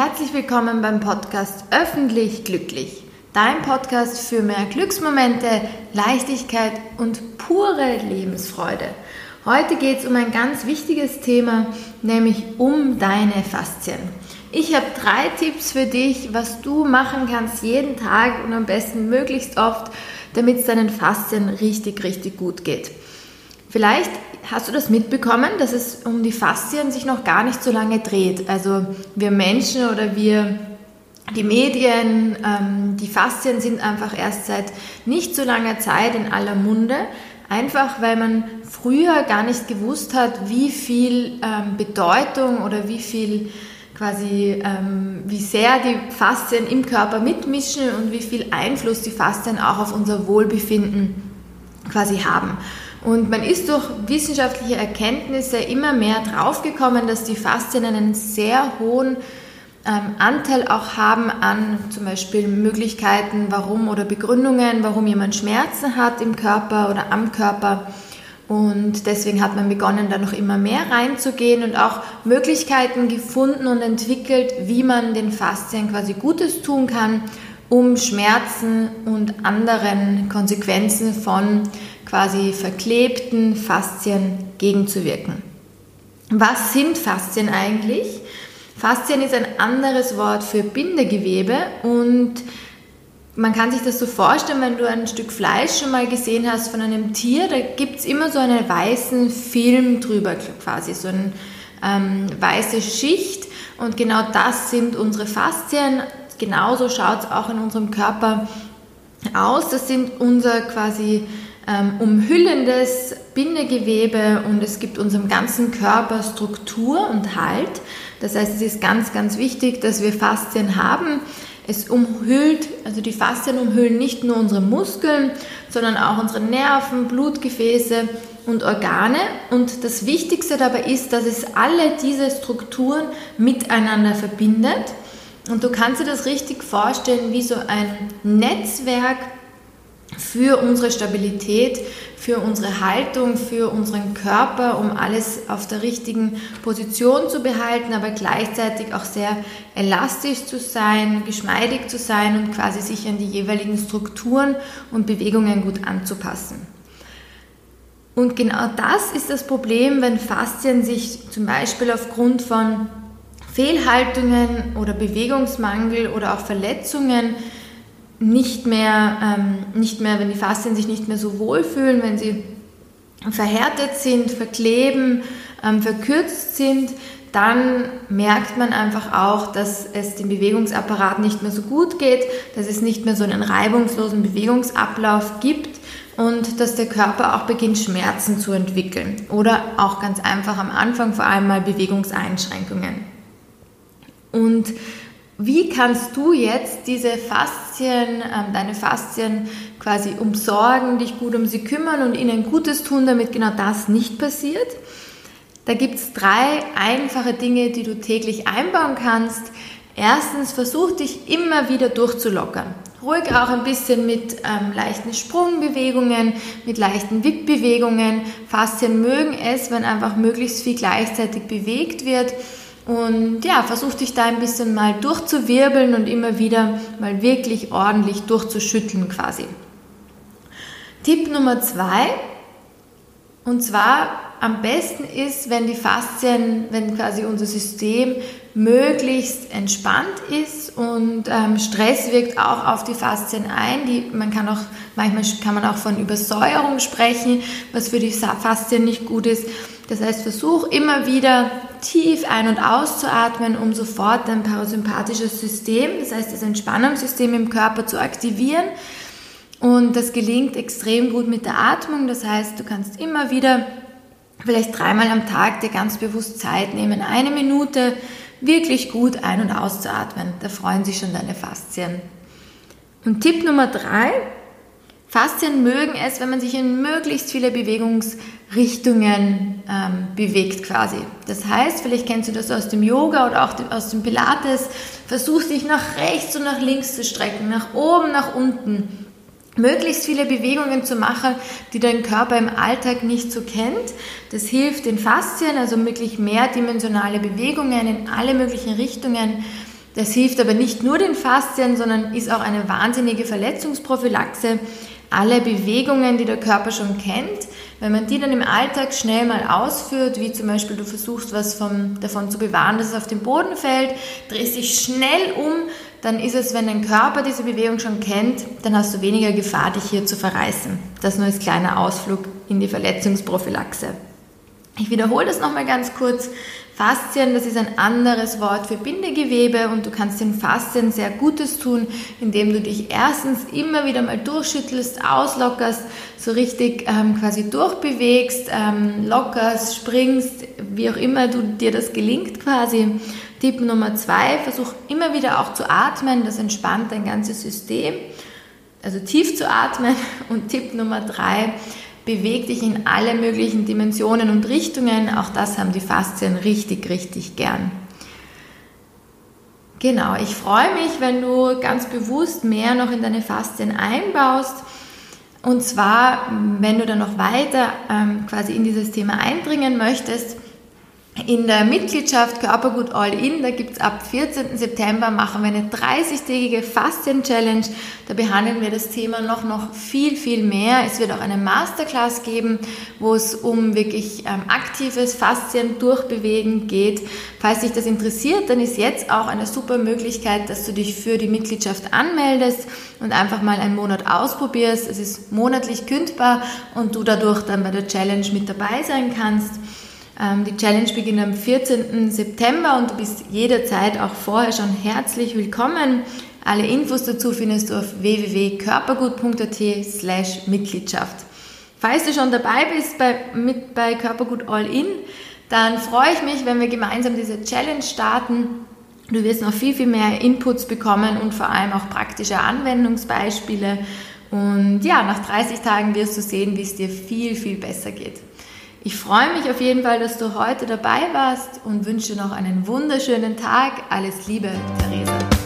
herzlich willkommen beim Podcast Öffentlich Glücklich. Dein Podcast für mehr Glücksmomente, Leichtigkeit und pure Lebensfreude. Heute geht es um ein ganz wichtiges Thema, nämlich um deine Faszien. Ich habe 3 Tipps für dich, was du machen kannst jeden Tag und am besten möglichst oft, damit es deinen Faszien richtig gut geht. Vielleicht hast du das mitbekommen, dass es um die Faszien sich noch gar nicht so lange dreht. Also wir Menschen oder die Medien, die Faszien sind einfach erst seit nicht so langer Zeit in aller Munde. Einfach weil man früher gar nicht gewusst hat, wie viel Bedeutung oder wie viel wie sehr die Faszien im Körper mitmischen und wie viel Einfluss die Faszien auch auf unser Wohlbefinden haben. Und man ist durch wissenschaftliche Erkenntnisse immer mehr draufgekommen, dass die Faszien einen sehr hohen Anteil auch haben an zum Beispiel Möglichkeiten, Begründungen, warum jemand Schmerzen hat im Körper oder am Körper. Und deswegen hat man begonnen, da noch immer mehr reinzugehen und auch Möglichkeiten gefunden und entwickelt, wie man den Faszien Gutes tun kann, um Schmerzen und anderen Konsequenzen von verklebten Faszien gegenzuwirken. Was sind Faszien eigentlich? Faszien ist ein anderes Wort für Bindegewebe und man kann sich das so vorstellen, wenn du ein Stück Fleisch schon mal gesehen hast von einem Tier, da gibt es immer so einen weißen Film drüber, so eine weiße Schicht, und genau das sind unsere Faszien. Genauso schaut es auch in unserem Körper aus. Das sind unser umhüllendes Bindegewebe und es gibt unserem ganzen Körper Struktur und Halt. Das heißt, es ist ganz wichtig, dass wir Faszien haben. Die Faszien umhüllen nicht nur unsere Muskeln, sondern auch unsere Nerven, Blutgefäße und Organe. Und das Wichtigste dabei ist, dass es alle diese Strukturen miteinander verbindet. Und du kannst dir das richtig vorstellen wie so ein Netzwerk für unsere Stabilität, für unsere Haltung, für unseren Körper, um alles auf der richtigen Position zu behalten, aber gleichzeitig auch sehr elastisch zu sein, geschmeidig zu sein und sich an die jeweiligen Strukturen und Bewegungen gut anzupassen. Und genau das ist das Problem, wenn Faszien sich zum Beispiel aufgrund von Fehlhaltungen oder Bewegungsmangel oder auch Verletzungen wenn die Faszien sich nicht mehr so wohlfühlen, wenn sie verhärtet sind, verkleben, verkürzt sind, dann merkt man einfach auch, dass es dem Bewegungsapparat nicht mehr so gut geht, dass es nicht mehr so einen reibungslosen Bewegungsablauf gibt und dass der Körper auch beginnt, Schmerzen zu entwickeln oder auch ganz einfach am Anfang vor allem mal Bewegungseinschränkungen. Und wie kannst du jetzt deine Faszien umsorgen, dich gut um sie kümmern und ihnen Gutes tun, damit genau das nicht passiert? Da gibt es 3 einfache Dinge, die du täglich einbauen kannst. Erstens, versuch dich immer wieder durchzulockern. Ruhig auch ein bisschen mit leichten Sprungbewegungen, mit leichten Wippbewegungen. Faszien mögen es, wenn einfach möglichst viel gleichzeitig bewegt wird. Und versuch dich da ein bisschen mal durchzuwirbeln und immer wieder mal wirklich ordentlich durchzuschütteln Tipp Nummer 2, und zwar am besten ist, wenn unser System möglichst entspannt ist und Stress wirkt auch auf die Faszien ein. Manchmal kann man auch von Übersäuerung sprechen, was für die Faszien nicht gut ist. Das heißt, versuch immer wieder tief ein- und auszuatmen, um sofort dein parasympathisches System, das heißt das Entspannungssystem im Körper, zu aktivieren. Und das gelingt extrem gut mit der Atmung. Das heißt, du kannst immer wieder, vielleicht 3-mal am Tag, dir ganz bewusst Zeit nehmen, 1 Minute wirklich gut ein- und auszuatmen. Da freuen sich schon deine Faszien. Und Tipp Nummer 3, Faszien mögen es, wenn man sich in möglichst viele Bewegungsrichtungen bewegt Das heißt, vielleicht kennst du das aus dem Yoga oder auch aus dem Pilates, versuch dich nach rechts und nach links zu strecken, nach oben, nach unten. Möglichst viele Bewegungen zu machen, die dein Körper im Alltag nicht so kennt. Das hilft den Faszien, also wirklich mehrdimensionale Bewegungen in alle möglichen Richtungen. Das hilft aber nicht nur den Faszien, sondern ist auch eine wahnsinnige Verletzungsprophylaxe. Alle Bewegungen, die der Körper schon kennt, wenn man die dann im Alltag schnell mal ausführt, wie zum Beispiel du versuchst, was davon zu bewahren, dass es auf den Boden fällt, drehst dich schnell um, dann ist es, wenn dein Körper diese Bewegung schon kennt, dann hast du weniger Gefahr, dich hier zu verreißen. Das nur als kleiner Ausflug in die Verletzungsprophylaxe. Ich wiederhole das nochmal ganz kurz. Faszien, das ist ein anderes Wort für Bindegewebe und du kannst den Faszien sehr Gutes tun, indem du dich erstens immer wieder mal durchschüttelst, auslockerst, so richtig quasi durchbewegst, lockerst, springst, wie auch immer dir das gelingt quasi. Tipp Nummer 2, versuch immer wieder auch zu atmen, das entspannt dein ganzes System, also tief zu atmen. Und Tipp Nummer 3, beweg dich in alle möglichen Dimensionen und Richtungen. Auch das haben die Faszien richtig, richtig gern. Genau, ich freue mich, wenn du ganz bewusst mehr noch in deine Faszien einbaust. Und zwar, wenn du dann noch weiter quasi in dieses Thema eindringen möchtest, in der Mitgliedschaft Körpergut All-In, da gibt es ab 14. September, machen wir eine 30-tägige Faszien-Challenge. Da behandeln wir das Thema noch viel, viel mehr. Es wird auch eine Masterclass geben, wo es um wirklich aktives Faszien-Durchbewegen geht. Falls dich das interessiert, dann ist jetzt auch eine super Möglichkeit, dass du dich für die Mitgliedschaft anmeldest und einfach mal einen Monat ausprobierst. Es ist monatlich kündbar und du dadurch dann bei der Challenge mit dabei sein kannst. Die Challenge beginnt am 14. September und du bist jederzeit auch vorher schon herzlich willkommen. Alle Infos dazu findest du auf www.körpergut.at/Mitgliedschaft. Falls du schon dabei bist bei Körpergut All-In, dann freue ich mich, wenn wir gemeinsam diese Challenge starten. Du wirst noch viel, viel mehr Inputs bekommen und vor allem auch praktische Anwendungsbeispiele. Und ja, nach 30 Tagen wirst du sehen, wie es dir viel, viel besser geht. Ich freue mich auf jeden Fall, dass du heute dabei warst und wünsche noch einen wunderschönen Tag. Alles Liebe, Theresa.